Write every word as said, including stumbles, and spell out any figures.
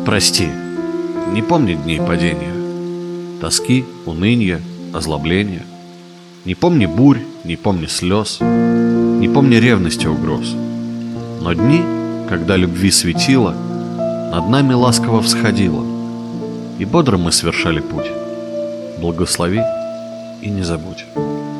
Прости, не помни дней падения, тоски, уныния, озлобления. Не помни бурь, не помни слез, не помни ревности угроз. Но дни, когда любви светило, над нами ласково всходило, и бодро мы совершали путь. Благослови и не забудь.